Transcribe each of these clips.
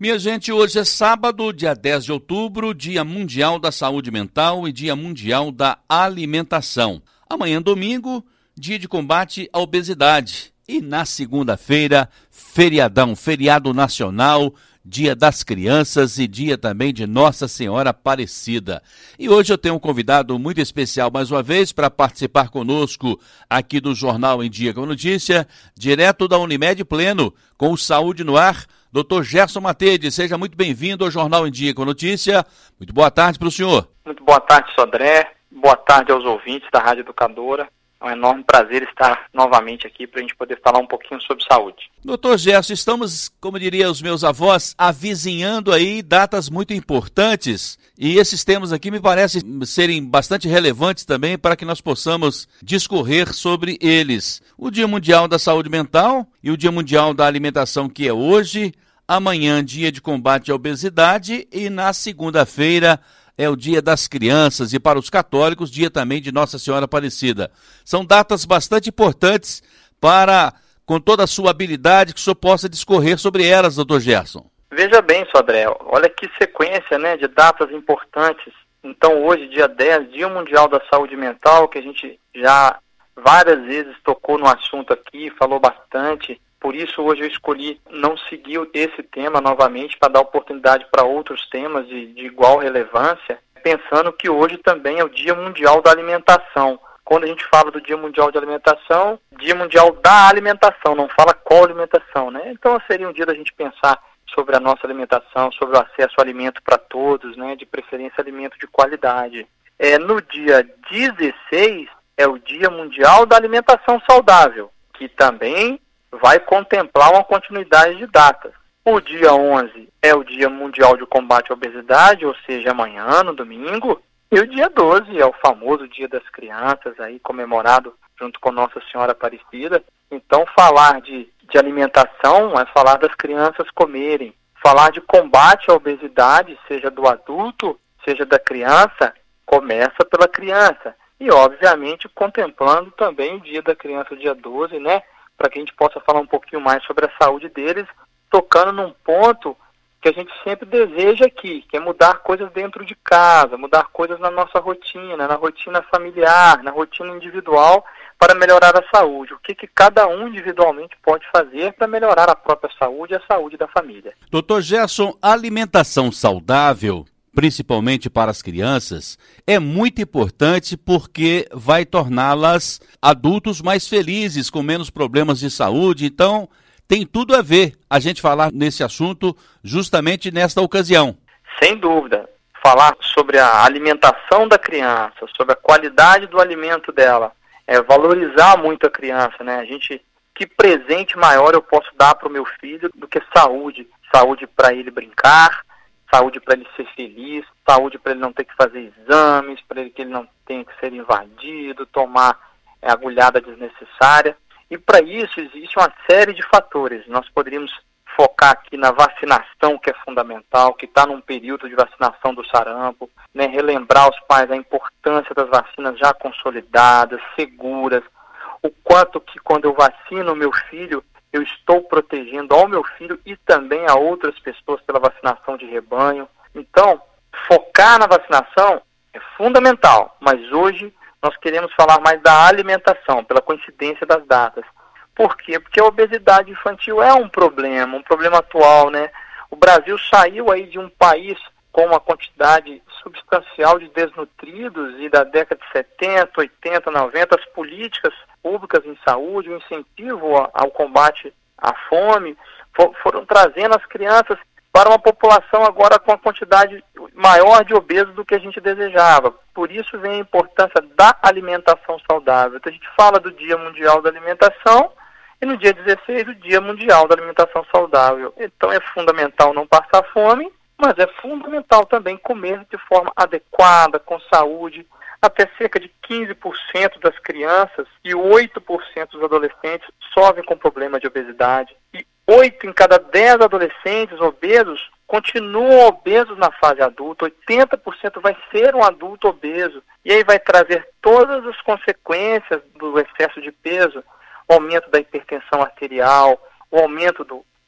Minha gente, hoje é sábado, dia 10 de outubro, Dia Mundial da Saúde Mental e Dia Mundial da Alimentação. Amanhã, domingo, dia de combate à obesidade. E na segunda-feira, feriadão, feriado nacional, Dia das Crianças e dia também de Nossa Senhora Aparecida. E hoje eu tenho um convidado muito especial mais uma vez para participar conosco aqui do Jornal em Dia com Notícia, direto da Unimed Pleno, com o Saúde no Ar, Dr. Gerson Matede. Seja muito bem-vindo ao Jornal em Dia com Notícia. Muito boa tarde para o senhor. Muito boa tarde, Sodré. Boa tarde aos ouvintes da Rádio Educadora. É um enorme prazer estar novamente aqui para a gente poder falar um pouquinho sobre saúde. Doutor Gerson, estamos, como diriam os meus avós, avizinhando aí datas muito importantes e esses temas aqui me parecem serem bastante relevantes também para que nós possamos discorrer sobre eles. O Dia Mundial da Saúde Mental e o Dia Mundial da Alimentação, que é hoje, amanhã, Dia de Combate à Obesidade e na segunda-feira, é o Dia das Crianças e para os católicos, dia também de Nossa Senhora Aparecida. São datas bastante importantes para, com toda a sua habilidade, que o senhor possa discorrer sobre elas, doutor Gerson. Veja bem, Sodré, olha que sequência, de datas importantes. Então hoje, dia 10, Dia Mundial da Saúde Mental, que a gente já várias vezes tocou no assunto aqui, falou bastante. Por isso, hoje eu escolhi não seguir esse tema novamente para dar oportunidade para outros temas de igual relevância, pensando que hoje também é o Dia Mundial da Alimentação. Quando a gente fala do Dia Mundial de Alimentação, Dia Mundial da Alimentação, não fala qual alimentação, né? Então seria um dia da gente pensar sobre a nossa alimentação, sobre o acesso ao alimento para todos, de preferência alimento de qualidade. No dia 16 é o Dia Mundial da Alimentação Saudável, que também vai contemplar uma continuidade de datas. O dia 11 é o Dia Mundial de Combate à Obesidade, ou seja, amanhã, no domingo. E o dia 12 é o famoso Dia das Crianças, aí comemorado junto com Nossa Senhora Aparecida. Então, falar de alimentação é falar das crianças comerem. Falar de combate à obesidade, seja do adulto, seja da criança, começa pela criança. E, obviamente, contemplando também o Dia da Criança, o dia 12, para que a gente possa falar um pouquinho mais sobre a saúde deles, tocando num ponto que a gente sempre deseja aqui, que é mudar coisas dentro de casa, mudar coisas na nossa rotina, na rotina familiar, na rotina individual, para melhorar a saúde. O que cada um individualmente pode fazer para melhorar a própria saúde e a saúde da família. Doutor Gerson, a alimentação saudável, principalmente para as crianças, é muito importante porque vai torná-las adultos mais felizes, com menos problemas de saúde. Então, tem tudo a ver a gente falar nesse assunto justamente nesta ocasião. Sem dúvida. Falar sobre a alimentação da criança, sobre a qualidade do alimento dela, valorizar muito a criança, que presente maior eu posso dar para o meu filho do que saúde? Saúde para ele brincar, saúde para ele ser feliz, saúde para ele não ter que fazer exames, para que ele não tenha que ser invadido, tomar agulhada desnecessária. E para isso existe uma série de fatores. Nós poderíamos focar aqui na vacinação, que é fundamental, que está num período de vacinação do sarampo, relembrar aos pais a importância das vacinas já consolidadas, seguras, o quanto que quando eu vacino o meu filho, eu estou protegendo ao meu filho e também a outras pessoas pela vacinação de rebanho. Então, focar na vacinação é fundamental, mas hoje nós queremos falar mais da alimentação, pela coincidência das datas. Por quê? Porque a obesidade infantil é um problema atual, O Brasil saiu aí de um país com uma quantidade substancial de desnutridos e da década de 70, 80, 90, as políticas públicas em saúde, o incentivo ao combate à fome, foram trazendo as crianças para uma população agora com uma quantidade maior de obesos do que a gente desejava. Por isso vem a importância da alimentação saudável. Então a gente fala do Dia Mundial da Alimentação e no dia 16 o Dia Mundial da Alimentação Saudável. Então é fundamental não passar fome, mas é fundamental também comer de forma adequada, com saúde. Até cerca de 15% das crianças e 8% dos adolescentes sofrem com problema de obesidade. E 8 em cada 10 adolescentes obesos continuam obesos na fase adulta. 80% vai ser um adulto obeso. E aí vai trazer todas as consequências do excesso de peso, o aumento da hipertensão arterial, o aumento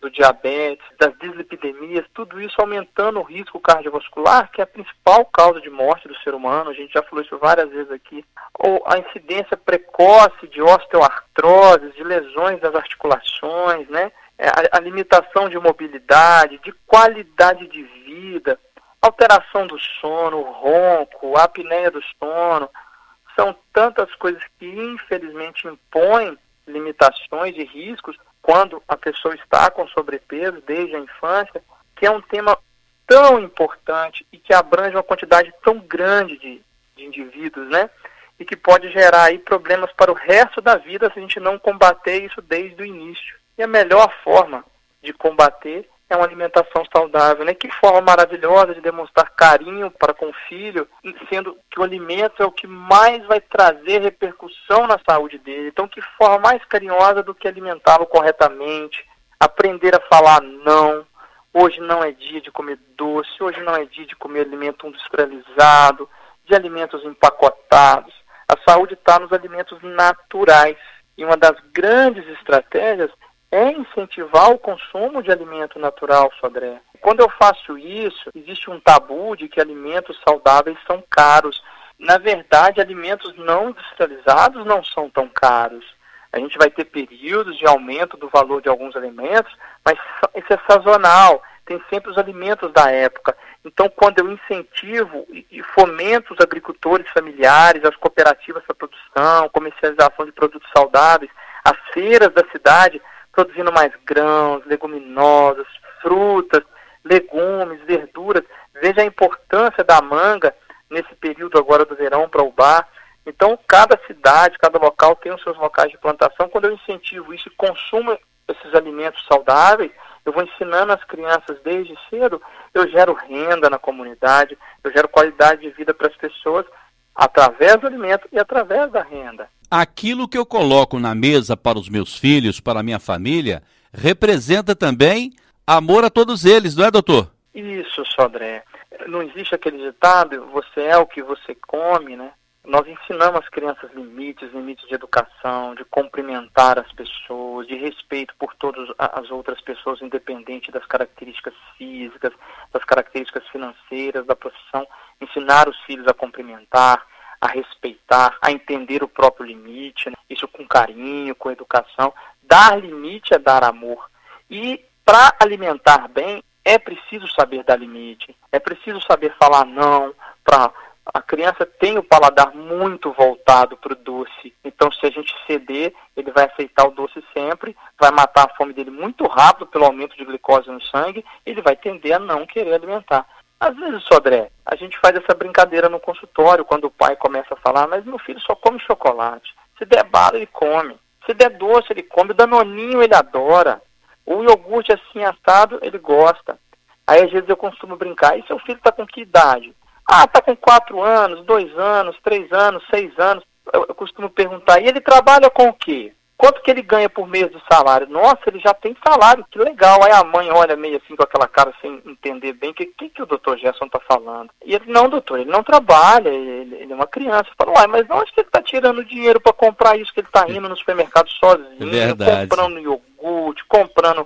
do diabetes, das dislipidemias, tudo isso aumentando o risco cardiovascular, que é a principal causa de morte do ser humano. A gente já falou isso várias vezes aqui. Ou a incidência precoce de osteoartrose, de lesões das articulações, né? A limitação de mobilidade, de qualidade de vida, alteração do sono, o ronco, a apneia do sono. São tantas coisas que, infelizmente, impõem limitações e riscos quando a pessoa está com sobrepeso desde a infância, que é um tema tão importante e que abrange uma quantidade tão grande de indivíduos, né? E que pode gerar aí problemas para o resto da vida se a gente não combater isso desde o início. E a melhor forma de combater é uma alimentação saudável, né? Que forma maravilhosa de demonstrar carinho para com o filho, sendo que o alimento é o que mais vai trazer repercussão na saúde dele. Então, que forma mais carinhosa do que alimentá-lo corretamente, aprender a falar não. Hoje não é dia de comer doce, hoje não é dia de comer alimento industrializado, de alimentos empacotados. A saúde está nos alimentos naturais. E uma das grandes estratégias é incentivar o consumo de alimento natural, Sodré. Quando eu faço isso, existe um tabu de que alimentos saudáveis são caros. Na verdade, alimentos não industrializados não são tão caros. A gente vai ter períodos de aumento do valor de alguns alimentos, mas isso é sazonal, tem sempre os alimentos da época. Então, quando eu incentivo e fomento os agricultores familiares, as cooperativas para produção, comercialização de produtos saudáveis, as feiras da cidade, produzindo mais grãos, leguminosas, frutas, legumes, verduras. Veja a importância da manga nesse período agora do verão para o bar. Então, cada cidade, cada local tem os seus locais de plantação. Quando eu incentivo isso e consumo esses alimentos saudáveis, eu vou ensinando as crianças desde cedo, eu gero renda na comunidade, eu gero qualidade de vida para as pessoas através do alimento e através da renda. Aquilo que eu coloco na mesa para os meus filhos, para a minha família, representa também amor a todos eles, não é, doutor? Isso, Sodré. Não existe aquele ditado, você é o que você come, né? Nós ensinamos as crianças limites de educação, de cumprimentar as pessoas, de respeito por todas as outras pessoas, independente das características físicas, das características financeiras, da profissão. Ensinar os filhos a cumprimentar, a respeitar, a entender o próprio limite, né? Isso com carinho, com educação. Dar limite é dar amor. E para alimentar bem, é preciso saber dar limite, é preciso saber falar não. A criança tem o paladar muito voltado para o doce, então se a gente ceder, ele vai aceitar o doce sempre, vai matar a fome dele muito rápido pelo aumento de glicose no sangue, e ele vai tender a não querer alimentar. Às vezes, Sodré, a gente faz essa brincadeira no consultório, quando o pai começa a falar, mas meu filho só come chocolate. Se der bala, ele come. Se der doce, ele come. O danoninho, ele adora. O iogurte assim assado, ele gosta. Aí, às vezes, eu costumo brincar. E seu filho está com que idade? Ah, está com 4 anos, 2 anos, 3 anos, 6 anos. Eu costumo perguntar, e ele trabalha com o quê? Quanto que ele ganha por mês de salário? Nossa, ele já tem salário, que legal. Aí a mãe olha meio assim com aquela cara sem entender bem o que o doutor Gerson está falando. E ele, não, doutor, ele não trabalha, ele é uma criança. Eu falo, mas onde que ele está tirando dinheiro para comprar isso que ele está indo no supermercado sozinho? Verdade. Comprando iogurte, comprando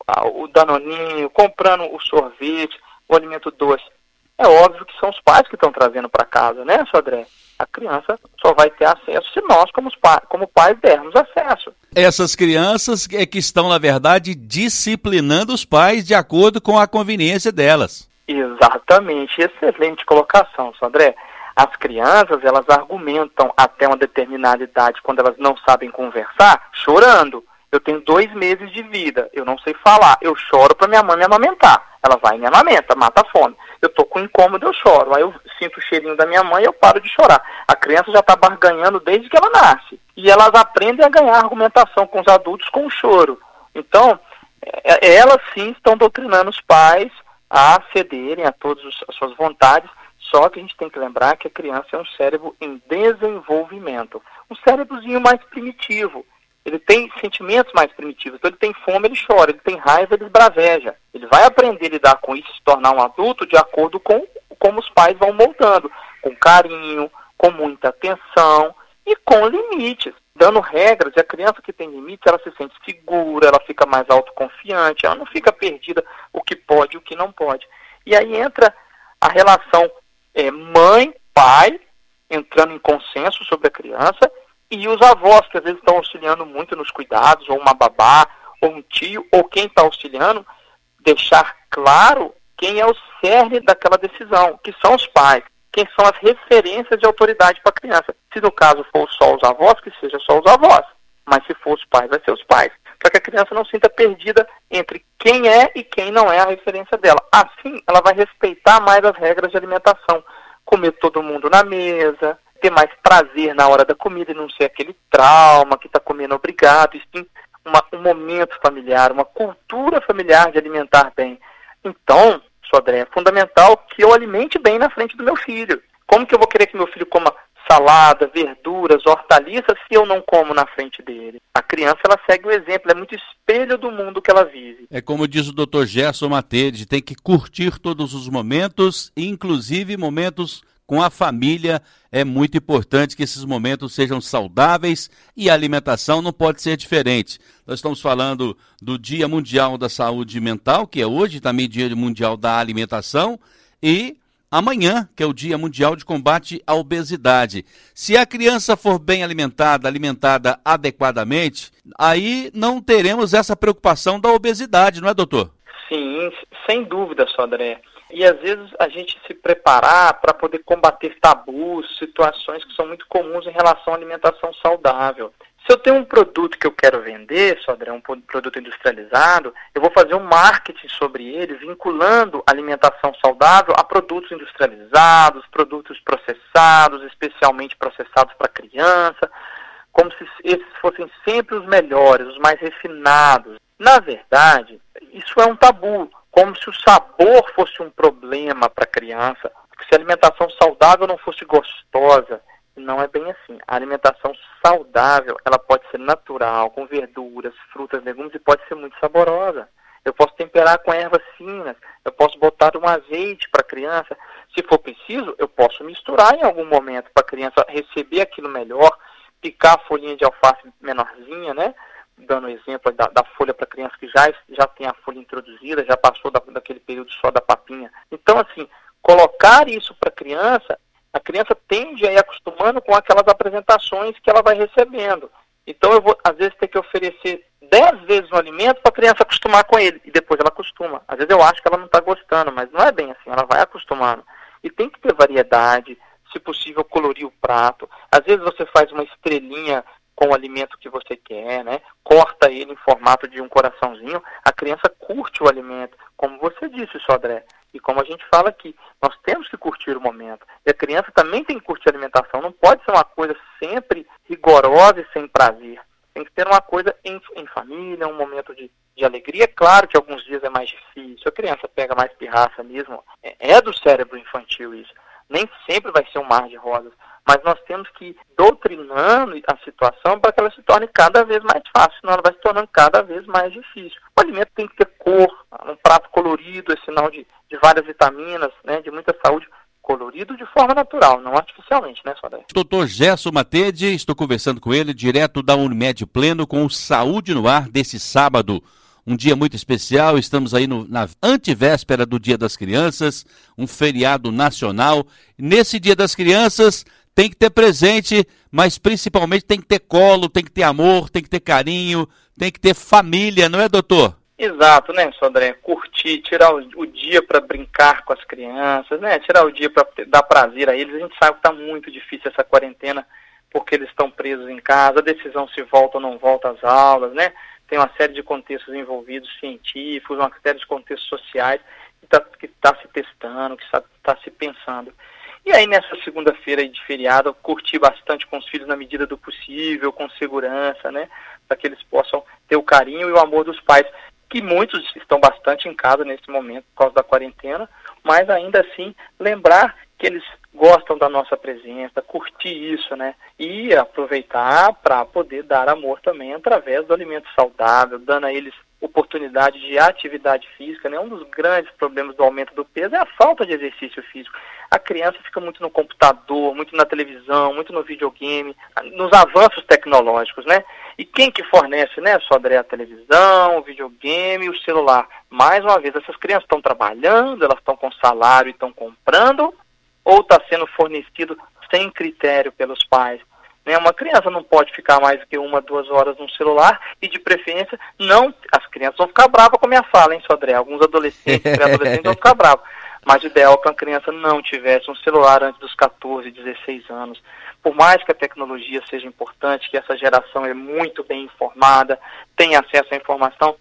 o danoninho, comprando o sorvete, o alimento doce. É óbvio que são os pais que estão trazendo para casa, né, Sodré? A criança só vai ter acesso se nós, como pais, dermos acesso. Essas crianças é que estão, na verdade, disciplinando os pais de acordo com a conveniência delas. Exatamente. Excelente colocação, Sodré. As crianças, elas argumentam até uma determinada idade, quando elas não sabem conversar, chorando. Eu tenho 2 meses de vida, eu não sei falar, eu choro para minha mãe me amamentar. Ela vai e me amamenta, mata a fome. Eu tô com incômodo, eu choro. Aí eu sinto o cheirinho da minha mãe e eu paro de chorar. A criança já está barganhando desde que ela nasce. E elas aprendem a ganhar argumentação com os adultos com o choro. Então, elas sim estão doutrinando os pais a cederem a todas as suas vontades. Só que a gente tem que lembrar que a criança é um cérebro em desenvolvimento. Um cérebrozinho mais primitivo. Ele tem sentimentos mais primitivos. Então ele tem fome, ele chora. Ele tem raiva, ele esbraveja. Ele vai aprender a lidar com isso, se tornar um adulto de acordo com como os pais vão moldando. Com carinho, com muita atenção e com limites. dando regras, e a criança que tem limites, ela se sente segura, ela fica mais autoconfiante, ela não fica perdida o que pode e o que não pode. E aí entra a relação mãe, pai, entrando em consenso sobre a criança, e os avós, que às vezes estão auxiliando muito nos cuidados, ou uma babá, ou um tio, ou quem está auxiliando, deixar claro quem é o cerne daquela decisão, que são os pais, quem são as referências de autoridade para a criança. Se no caso for só os avós, que seja só os avós, mas se for os pais, vai ser os pais, para que a criança não se sinta perdida entre quem é e quem não é a referência dela. Assim, ela vai respeitar mais as regras de alimentação, comer todo mundo na mesa, ter mais prazer na hora da comida e não ser aquele trauma que está comendo obrigado, e sim um momento familiar, uma cultura familiar de alimentar bem. Então, Sodré, é fundamental que eu alimente bem na frente do meu filho. Como que eu vou querer que meu filho coma salada, verduras, hortaliças, se eu não como na frente dele? A criança, ela segue o exemplo, é muito espelho do mundo que ela vive. É como diz o Dr. Gerson Matede, tem que curtir todos os momentos, inclusive momentos com a família. É muito importante que esses momentos sejam saudáveis e a alimentação não pode ser diferente. Nós estamos falando do Dia Mundial da Saúde Mental, que é hoje, também Dia Mundial da Alimentação, e amanhã, que é o Dia Mundial de Combate à Obesidade. Se a criança for bem alimentada adequadamente, aí não teremos essa preocupação da obesidade, não é, doutor? Sim, sem dúvida, Sodré. E às vezes a gente se preparar para poder combater tabus, situações que são muito comuns em relação à alimentação saudável. Se eu tenho um produto que eu quero vender, Sodré, um produto industrializado, eu vou fazer um marketing sobre ele, vinculando alimentação saudável a produtos industrializados, produtos processados, especialmente processados para criança, como se esses fossem sempre os melhores, os mais refinados. Na verdade, isso é um tabu, como se o sabor fosse um problema para a criança, se a alimentação saudável não fosse gostosa. Não é bem assim. A alimentação saudável, ela pode ser natural, com verduras, frutas, legumes, e pode ser muito saborosa. Eu posso temperar com ervas finas, eu posso botar um azeite para a criança. Se for preciso, eu posso misturar em algum momento para a criança receber aquilo melhor, picar a folhinha de alface menorzinha, né? Dando exemplo da folha para a criança que já tem a folha introduzida, já passou daquele período só da papinha. Então, assim, colocar isso para a criança tende a ir acostumando com aquelas apresentações que ela vai recebendo. Então eu vou, às vezes, ter que oferecer 10 vezes um alimento para a criança acostumar com ele, e depois ela acostuma. Às vezes eu acho que ela não está gostando, mas não é bem assim, ela vai acostumando. E tem que ter variedade, se possível colorir o prato. Às vezes você faz uma estrelinha com o alimento que você quer, né? Corta ele em formato de um coraçãozinho, a criança curte o alimento, como você disse, Sodré. E como a gente fala aqui, nós temos que curtir o momento. E a criança também tem que curtir a alimentação. Não pode ser uma coisa sempre rigorosa e sem prazer. Tem que ter uma coisa em família, um momento de alegria. Claro que alguns dias é mais difícil, a criança pega mais pirraça mesmo. É do cérebro infantil isso. Nem sempre vai ser um mar de rosas. Mas nós temos que ir doutrinando a situação para que ela se torne cada vez mais fácil, senão ela vai se tornando cada vez mais difícil. O alimento tem que ter cor, um prato colorido é sinal de várias vitaminas, né, de muita saúde, colorido de forma natural, não artificialmente, né, Sodré? Dr. Gerson Matede, estou conversando com ele direto da Unimed Pleno com o Saúde no Ar desse sábado. Um dia muito especial, estamos aí na antevéspera do Dia das Crianças, um feriado nacional. Nesse Dia das Crianças tem que ter presente, mas principalmente tem que ter colo, tem que ter amor, tem que ter carinho, tem que ter família, não é, doutor? Exato, né, Sodré? Curtir, tirar o dia para brincar com as crianças, né? Tirar o dia para dar prazer a eles. A gente sabe que está muito difícil essa quarentena, porque eles estão presos em casa, a decisão se volta ou não volta às aulas, né? Tem uma série de contextos envolvidos, científicos, uma série de contextos sociais, que tá se testando, que está se pensando. E aí, nessa segunda-feira de feriado, eu curti bastante com os filhos na medida do possível, com segurança, né? Para que eles possam ter o carinho e o amor dos pais, que muitos estão bastante em casa nesse momento por causa da quarentena, mas ainda assim lembrar que eles gostam da nossa presença, curtir isso, né? E aproveitar para poder dar amor também através do alimento saudável, dando a eles oportunidade de atividade física, né? Um dos grandes problemas do aumento do peso é a falta de exercício físico. A criança fica muito no computador, muito na televisão, muito no videogame, nos avanços tecnológicos, né? E quem que fornece, né, Sodré, a televisão, o videogame e o celular? Mais uma vez, essas crianças estão trabalhando, elas estão com salário e estão comprando, ou está sendo fornecido sem critério pelos pais? Uma criança não pode ficar mais do que 1, 2 horas no celular e, de preferência, não. As crianças vão ficar bravas com a minha fala, hein, Sodré? Alguns adolescentes, pré-adolescentes vão ficar bravos. Mas o ideal é que uma criança não tivesse um celular antes dos 14, 16 anos. Por mais que a tecnologia seja importante, que essa geração é muito bem informada, tem acesso à informação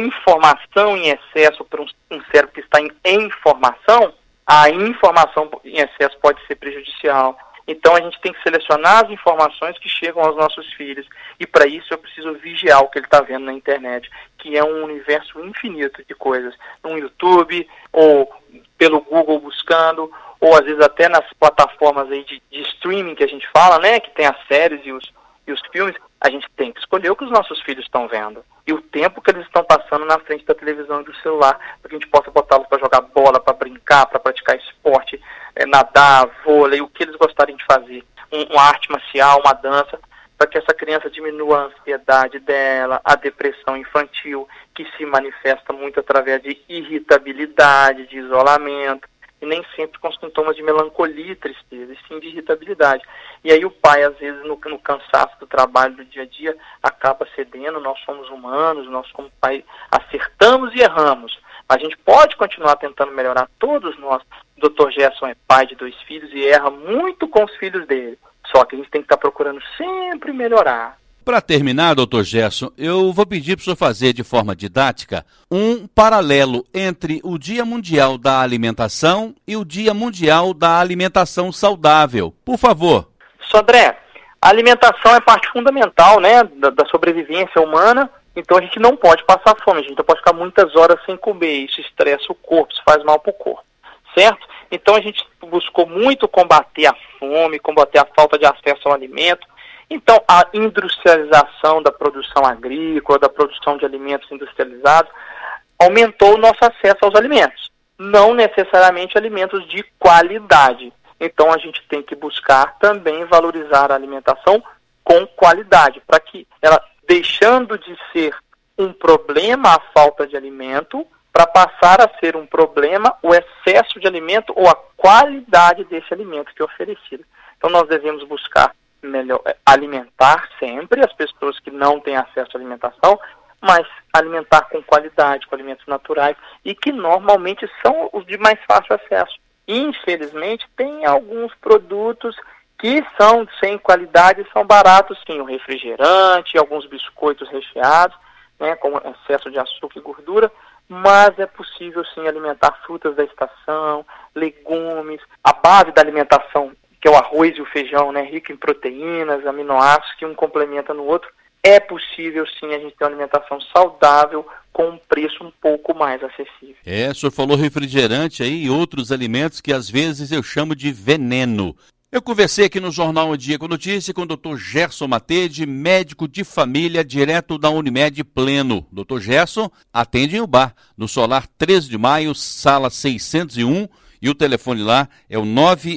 em excesso para um cérebro que está em formação, a informação em excesso pode ser prejudicial. Então a gente tem que selecionar as informações que chegam aos nossos filhos. E para isso eu preciso vigiar o que ele está vendo na internet, que é um universo infinito de coisas. No YouTube, ou pelo Google buscando, ou às vezes até nas plataformas aí de streaming que a gente fala, né? Que tem as séries e os filmes. A gente tem que escolher o que os nossos filhos estão vendo. E o tempo que eles estão passando na frente da televisão e do celular, para que a gente possa botá-los para jogar bola, para brincar, para praticar esporte, nadar, vôlei, o que eles gostarem de fazer. Uma arte marcial, uma dança, para que essa criança diminua a ansiedade dela, a depressão infantil, que se manifesta muito através de irritabilidade, de isolamento, e nem sempre com sintomas de melancolia e tristeza, e sim de irritabilidade. E aí o pai, às vezes, no cansaço do trabalho do dia a dia, acaba cedendo. Nós somos humanos, nós como pai acertamos e erramos. A gente pode continuar tentando melhorar, todos nós. O Dr. Gerson é pai de 2 filhos e erra muito com os filhos dele. Só que a gente tem que estar procurando sempre melhorar. Para terminar, doutor Gerson, eu vou pedir para o senhor fazer de forma didática um paralelo entre o Dia Mundial da Alimentação e o Dia Mundial da Alimentação Saudável. Por favor. Sodré, a alimentação é parte fundamental, né, da sobrevivência humana, então a gente não pode passar fome, a gente não pode ficar muitas horas sem comer, isso estressa o corpo, isso faz mal para o corpo, certo? Então a gente buscou muito combater a fome, combater a falta de acesso ao alimento. Então, a industrialização da produção agrícola, da produção de alimentos industrializados, aumentou o nosso acesso aos alimentos. Não necessariamente alimentos de qualidade. Então, a gente tem que buscar também valorizar a alimentação com qualidade, para que ela, deixando de ser um problema a falta de alimento, para passar a ser um problema o excesso de alimento ou a qualidade desse alimento que é oferecido. Então, nós devemos buscar alimentar sempre as pessoas que não têm acesso à alimentação, mas alimentar com qualidade, com alimentos naturais e que normalmente são os de mais fácil acesso. Infelizmente, tem alguns produtos que são sem qualidade e são baratos, sim, o refrigerante, alguns biscoitos recheados, né, com excesso de açúcar e gordura, mas é possível, sim, alimentar frutas da estação, legumes, a base da alimentação, que é o arroz e o feijão, né, rico em proteínas, aminoácidos, que um complementa no outro. É possível, sim, a gente ter uma alimentação saudável com um preço um pouco mais acessível. O senhor falou refrigerante aí e outros alimentos que às vezes eu chamo de veneno. Eu conversei aqui no Jornal Um Dia com Notícia com o Dr. Gerson Matede, médico de família, direto da Unimed Pleno. Dr. Gerson atende em Ubá, no Solar 13 de Maio, sala 601, e o telefone lá é o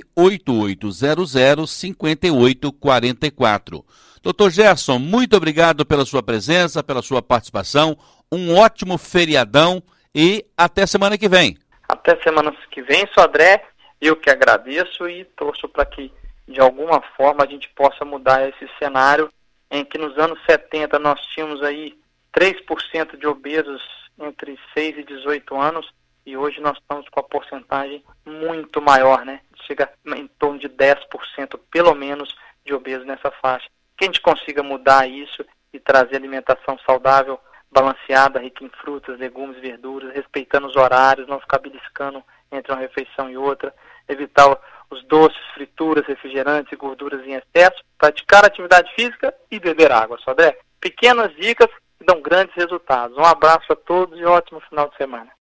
98800-5844. Doutor Gerson, muito obrigado pela sua presença, pela sua participação. Um ótimo feriadão e até semana que vem. Até semana que vem, Sodré. Eu que agradeço e torço para que, de alguma forma, a gente possa mudar esse cenário em que nos anos 70 nós tínhamos aí 3% de obesos entre 6 e 18 anos. E hoje nós estamos com a porcentagem muito maior, né? Chega em torno de 10%, pelo menos, de obesos nessa faixa. Que a gente consiga mudar isso e trazer alimentação saudável, balanceada, rica em frutas, legumes, verduras, respeitando os horários, não ficar beliscando entre uma refeição e outra, evitar os doces, frituras, refrigerantes e gorduras em excesso, praticar atividade física e beber água, Sodré. Pequenas dicas que dão grandes resultados. Um abraço a todos e ótimo final de semana.